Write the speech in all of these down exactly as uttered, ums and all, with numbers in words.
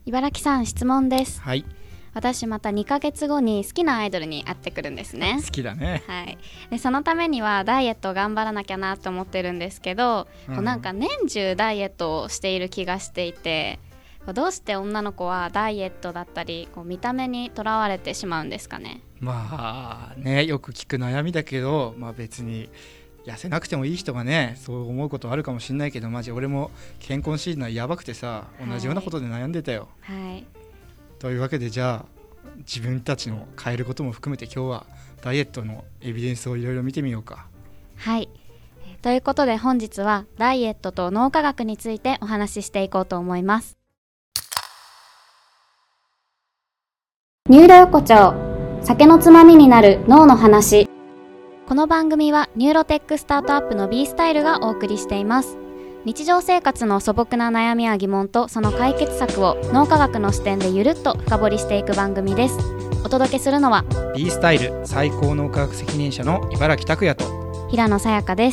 茨城さん、質問です。 はい。 私またにかげつごに好きなアイドルに会ってくるんですね。 好きだね。 はい。でそのためにはダイエットを頑張らなきゃなと思ってるんですけど、 うん、 こうなんか年中ダイエットをしている気がしていて、こうどうして女の子はダイエットだったりこう見た目にとらわれてしまうんですかね。 まあね、よく聞く悩みだけど、まあ、別に痩せなくてもいい人がねそう思うことはあるかもしれないけど、マジ俺も健康シーズンはやばくてさ、同じようなことで悩んでたよ。 はい。 というわけで、じゃあ自分たちの変えることも含めて今日はダイエットのエビデンスをいろいろ見てみようか。 はい。ということで本日はダイエットと脳科学についてお話ししていこうと思います。ニューロ横丁、酒のつまみになる脳の話。この番組はニューロテックスタートアップの B スタイルがお送りしています。日常生活の素朴な悩みや疑問とその解決策を脳科学の視点でゆるっと深掘りしていく番組です。お届けするのは B スタイル最高脳科学責任者の茨城拓也と平野さやかです。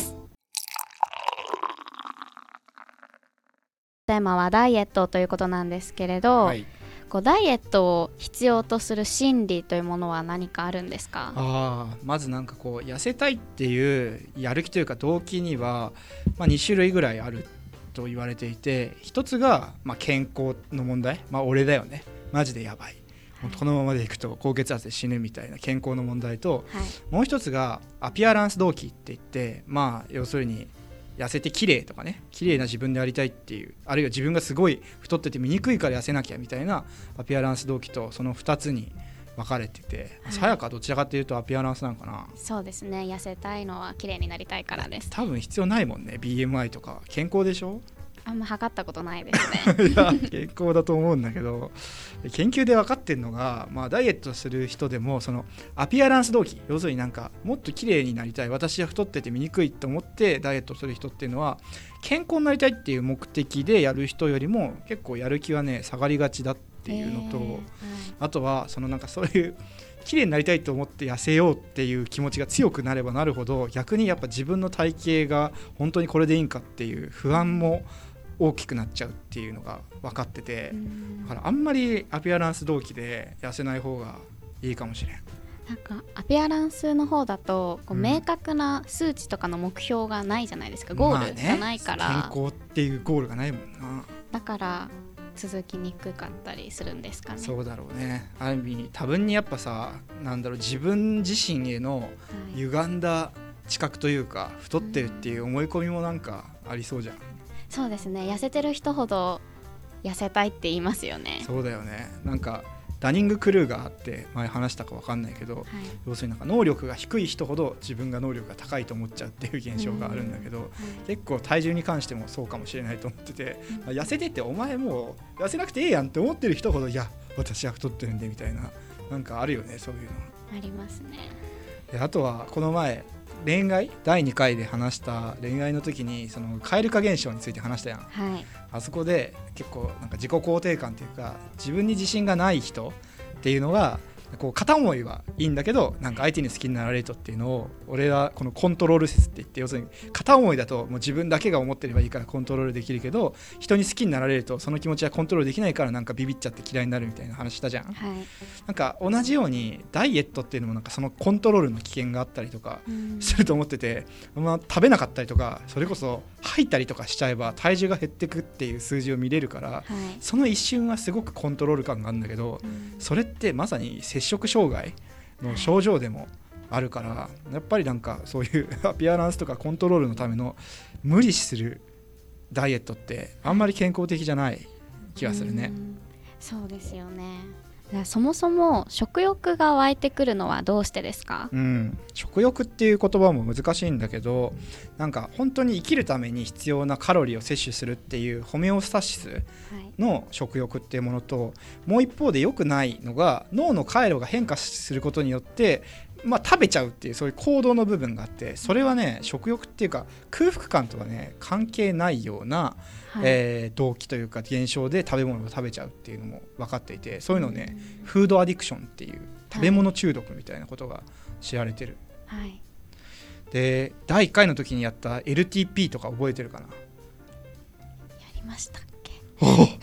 テーマはダイエットということなんですけれど、はい、こうダイエットを必要とする心理というものは何かあるんですか？ あまずなんかこう痩せたいっていうやる気というか動機には、まあ、に種類ぐらいあると言われていて、一つがまあ健康の問題、まあ、俺だよね、マジでやばい、はい、このままでいくと高血圧で死ぬみたいな健康の問題と、はい、もう一つがアピアランス動機って言って、まあ要するに痩せて綺麗とかね、綺麗な自分でありたいっていう、あるいは自分がすごい太ってて醜いから痩せなきゃみたいなアピアランス動機と、そのふたつに分かれてて、さやかどちらかというとアピアランスなのかな。 そうですね、痩せたいのは綺麗になりたいからです。 多分必要ないもんね、 ビーエムアイ とか健康でしょ。 あんま測ったことないですねいや健康だと思うんだけど、研究で分かってるのが、まあ、ダイエットする人でもそのアピアランス動機、要するになんかもっと綺麗になりたい、私は太ってて醜いと思ってダイエットする人っていうのは、健康になりたいっていう目的でやる人よりも結構やる気はね下がりがちだっていうのと、えーはい、あとはそのなんかそういう綺麗になりたいと思って痩せようっていう気持ちが強くなればなるほど、逆にやっぱ自分の体型が本当にこれでいいんかっていう不安も大きくなっちゃうっていうのが分かってて、だからあんまりアピアランス動機で痩せない方がいいかもしれん。 なんかアピアランスの方だとこう明確な数値とかの目標がないじゃないですか、うん、ゴールがないから、 まあね、健康っていうゴールがないもんな。 だから続きにくかったりするんですかね。 そうだろうね。ある意味多分にやっぱさ、なんだろう、自分自身への歪んだ知覚というか、はい、太ってるっていう思い込みもなんかありそうじゃん。 そうですね、痩せてる人ほど痩せたいって言いますよね。 そうだよね。なんかダニング・クルーガーって前話したか分かんないけど、はい、要するになんか能力が低い人ほど自分が能力が高いと思っちゃうっていう現象があるんだけど、はい、結構体重に関してもそうかもしれないと思ってて、まあ、痩せててお前もう痩せなくてええやんって思ってる人ほど、いや私は太ってるんでみたいな、なんかあるよね、そういうの。 ありますね。 であとはこの前恋愛だいにかいで話した恋愛の時にその蛙化現象について話したやん、はい、あそこで結構なんか自己肯定感というか、自分に自信がない人っていうのがこう片思いはいいんだけど、なんか相手に好きになられるとっていうのを俺はこのコントロール説って言って、要するに片思いだともう自分だけが思ってればいいからコントロールできるけど、人に好きになられるとその気持ちはコントロールできないからなんかビビっちゃって嫌いになるみたいな話したじゃん、はい、なんか同じようにダイエットっていうのもなんかそのコントロールの危険があったりとかすると思ってて、まあ、食べなかったりとかそれこそ吐いたりとかしちゃえば体重が減ってくっていう数字を見れるから、はい、その一瞬はすごくコントロール感があるんだけど、それってまさに摂食障害の症状でもあるから、やっぱりなんかそういうアピアランスとかコントロールのための無理するダイエットってあんまり健康的じゃない気がするね。 うん、そうですよね。そもそも食欲が湧いてくるのはどうしてですか？ うん、食欲っていう言葉も難しいんだけど、なんか本当に生きるために必要なカロリーを摂取するっていうホメオスタシスの食欲っていうものと、はい、もう一方で良くないのが脳の回路が変化することによってまあ、食べちゃうっていうそういう行動の部分があって、それはね食欲っていうか空腹感とはね関係ないような、はい、えー、動機というか現象で食べ物を食べちゃうっていうのも分かっていて、そういうのをね、うん、フードアディクションっていう食べ物中毒みたいなことが知られてる、はい、でだいいっかいの時にやった エルティーピー とか覚えてるかな？やりましたっけ？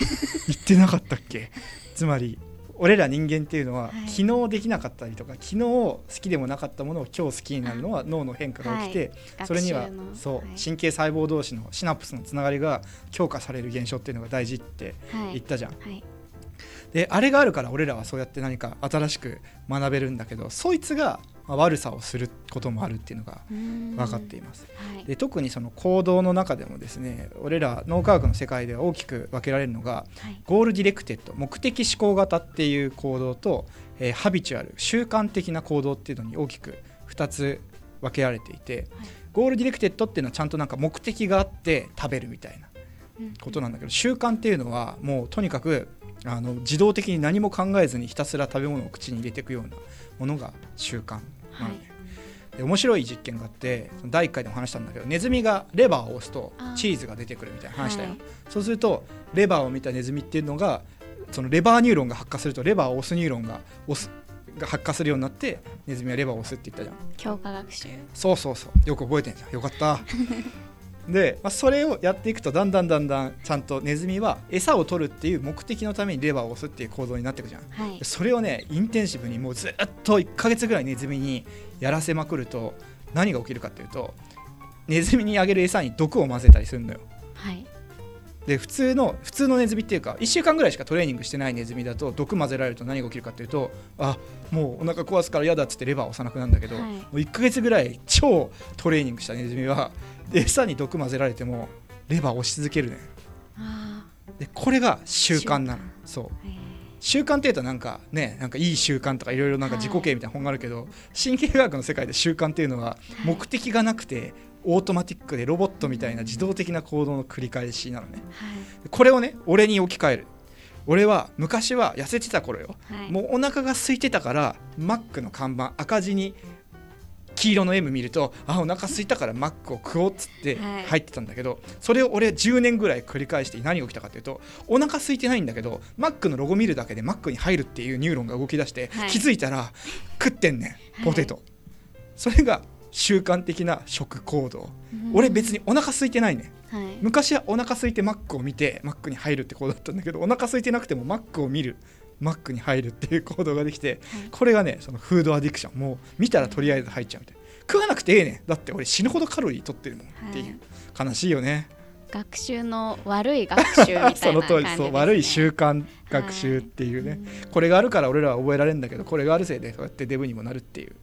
言ってなかったっけ。つまり俺ら人間っていうのは、はい、昨日できなかったりとか昨日好きでもなかったものを今日好きになるのは脳の変化が起きて、はい、それにはそう、はい、神経細胞同士のシナプスのつながりが強化される現象っていうのが大事って言ったじゃん、はいはい、であれがあるから俺らはそうやって何か新しく学べるんだけど、そいつが悪さをすることもあるっていうのが分かっています、はい、で特にその行動の中でもですね、俺ら脳科学の世界では大きく分けられるのが、はい、ゴールディレクテッド目的思考型っていう行動と、えー、ハビチュアル習慣的な行動っていうのに大きくふたつ分けられていて、はい、ゴールディレクテッドっていうのはちゃんとなんか目的があって食べるみたいなことなんだけど、うん、習慣っていうのはもうとにかくあの自動的に何も考えずにひたすら食べ物を口に入れていくようなものが習慣なので、はい、で面白い実験があって、だいいっかいでも話したんだけど、ネズミがレバーを押すとチーズが出てくるみたいな話だよ、はい、そうするとレバーを見たネズミっていうのがそのレバーニューロンが発火するとレバーを押すニューロンが押すが発火するようになってネズミはレバーを押すって言ったじゃん。 強化学習。 そうそうそう、よく覚えてんじゃん、よかったで、まあ、それをやっていくとだんだんだんだんちゃんとネズミは餌を取るっていう目的のためにレバーを押すっていう行動になっていくじゃん、はい、それをねインテンシブにもうずっといっかげつぐらいネズミにやらせまくると何が起きるかっていうと、ネズミにあげる餌に毒を混ぜたりするのよ、はい、で普通の普通のネズミっていうかいっしゅうかんぐらいしかトレーニングしてないネズミだと毒混ぜられると何が起きるかっていうと、あもうお腹壊すから嫌だっつってレバーを押さなくなるんだけど、はい、もういっかげつぐらい超トレーニングしたネズミは餌に毒混ぜられてもレバーを押し続けるね。あでこれが習慣なの。そう習慣っていうとなんかね、なんかいい習慣とかいろいろなんか自己啓みたいな本があるけど、はい、神経学の世界で習慣っていうのは目的がなくて、はい、オートマティックでロボットみたいな自動的な行動の繰り返しなのね、はい、これをね俺に置き換える。俺は昔は痩せてた頃よ、はい、もうお腹が空いてたからマックの看板赤字に黄色の エム 見るとあお腹空いたからマックを食おうっつって入ってたんだけど、はい、それを俺じゅうねんぐらい繰り返して何が起きたかというと、お腹空いてないんだけどマックのロゴ見るだけでマックに入るっていうニューロンが動き出して、はい、気づいたら食ってんねんポテト、はい、それが習慣的な食行動、うん、俺別にお腹空いてないね、はい、昔はお腹空いてマックを見てマックに入るって行動だったんだけど、お腹空いてなくてもマックを見るマックに入るっていう行動ができて、はい、これがねそのフードアディクション、もう見たらとりあえず入っちゃうみたいな、食わなくてええねんだって俺死ぬほどカロリー取ってるもんっていう、はい、悲しいよね。 学習の悪い学習みたいな感じですねその通り、そう悪い習慣学習っていうね、はい、これがあるから俺らは覚えられるんだけど、これがあるせいでそうやってデブにもなるっていう。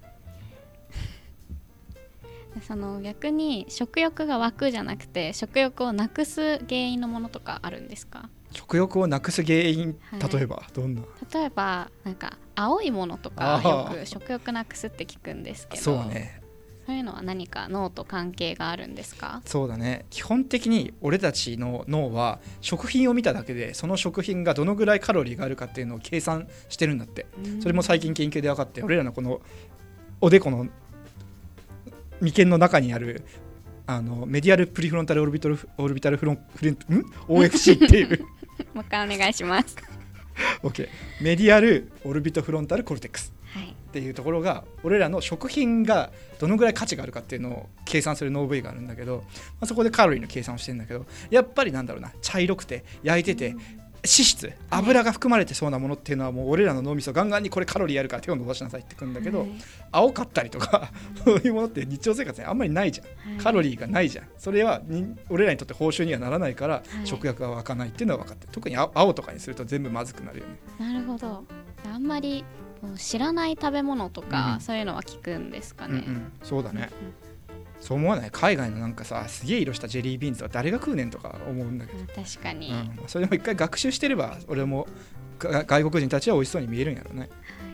その逆に食欲が湧くじゃなくて食欲をなくす原因のものとかあるんですか？ 食欲をなくす原因、はい、例えばどんな？ 例えばなんか青いものとかよく食欲なくすって聞くんですけど、 そうね、 そういうのは何か脳と関係があるんですか？ そうだね、基本的に俺たちの脳は食品を見ただけでその食品がどのぐらいカロリーがあるかっていうのを計算してるんだって。それも最近研究で分かって、俺らのこのおでこの眉間の中にあるあのメディアルプリフロンタルオルビタルオルビタルフロンフレンん オーエフシー っていうもう一回お願いします。 OK、 メディアルオルビトフロンタルコルテックスっていうところが俺らの食品がどのぐらい価値があるかっていうのを計算する脳部位があるんだけど、まあ、そこでカロリーの計算をしてるんだけど、やっぱりなんだろうな、茶色くて焼いてて、うん、脂質油が含まれてそうなものっていうのはもう俺らの脳みそガンガンにこれカロリーあるから手を伸ばしなさいってくるんだけど、はい、青かったりとかそういうものって日常生活にあんまりないじゃん、はい、カロリーがないじゃん。それはに俺らにとって報酬にはならないから、はい、食欲が湧かないっていうのは分かってる。特に青とかにすると全部まずくなるよね。 なるほど。あんまり知らない食べ物とか、うん、そういうのは聞くんですかね、 うんうん、そうだね、うんうん、そう思わない？海外のなんかさすげえ色したジェリービーンズは誰が食うねんとか思うんだけど、 確かに、 うん、それも一回学習してれば俺も外国人たちは美味しそうに見えるんやろうね、はい。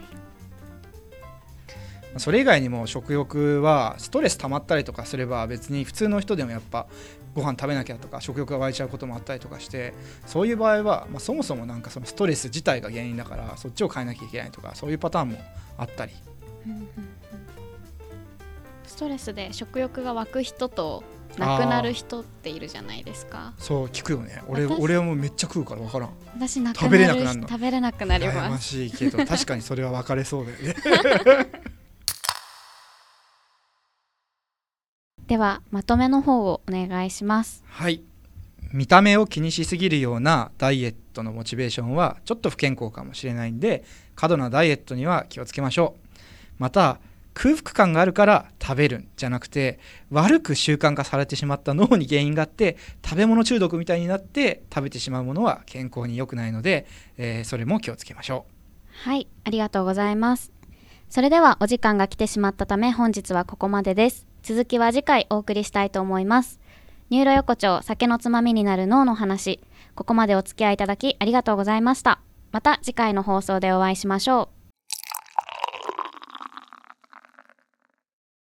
それ以外にも食欲はストレス溜まったりとかすれば別に普通の人でもやっぱご飯食べなきゃとか食欲が湧いちゃうこともあったりとかして、そういう場合は、まあ、そもそもなんかそのストレス自体が原因だからそっちを変えなきゃいけないとか、そういうパターンもあったり、うんうんうん、 ストレスで食欲が湧く人となくなる人っているじゃないですか。 そう聞くよね。俺俺はもうめっちゃ食うから分からん。 私なくなる食べれなくなるの。食べれなくなります。 悩ましいけど確かにそれは分かれそうだよねではまとめの方をお願いします。 はい、 見た目を気にしすぎるようなダイエットのモチベーションはちょっと不健康かもしれないんで、過度なダイエットには気をつけましょう。また空腹感があるから食べるんじゃなくて、悪く習慣化されてしまった脳に原因があって食べ物中毒みたいになって食べてしまうものは健康に良くないので、えー、それも気をつけましょう。 はい、ありがとうございます。それではお時間が来てしまったため本日はここまでです。続きは次回お送りしたいと思います。ニューロ横丁、酒のつまみになる脳の話、ここまでお付き合いいただきありがとうございました。また次回の放送でお会いしましょう。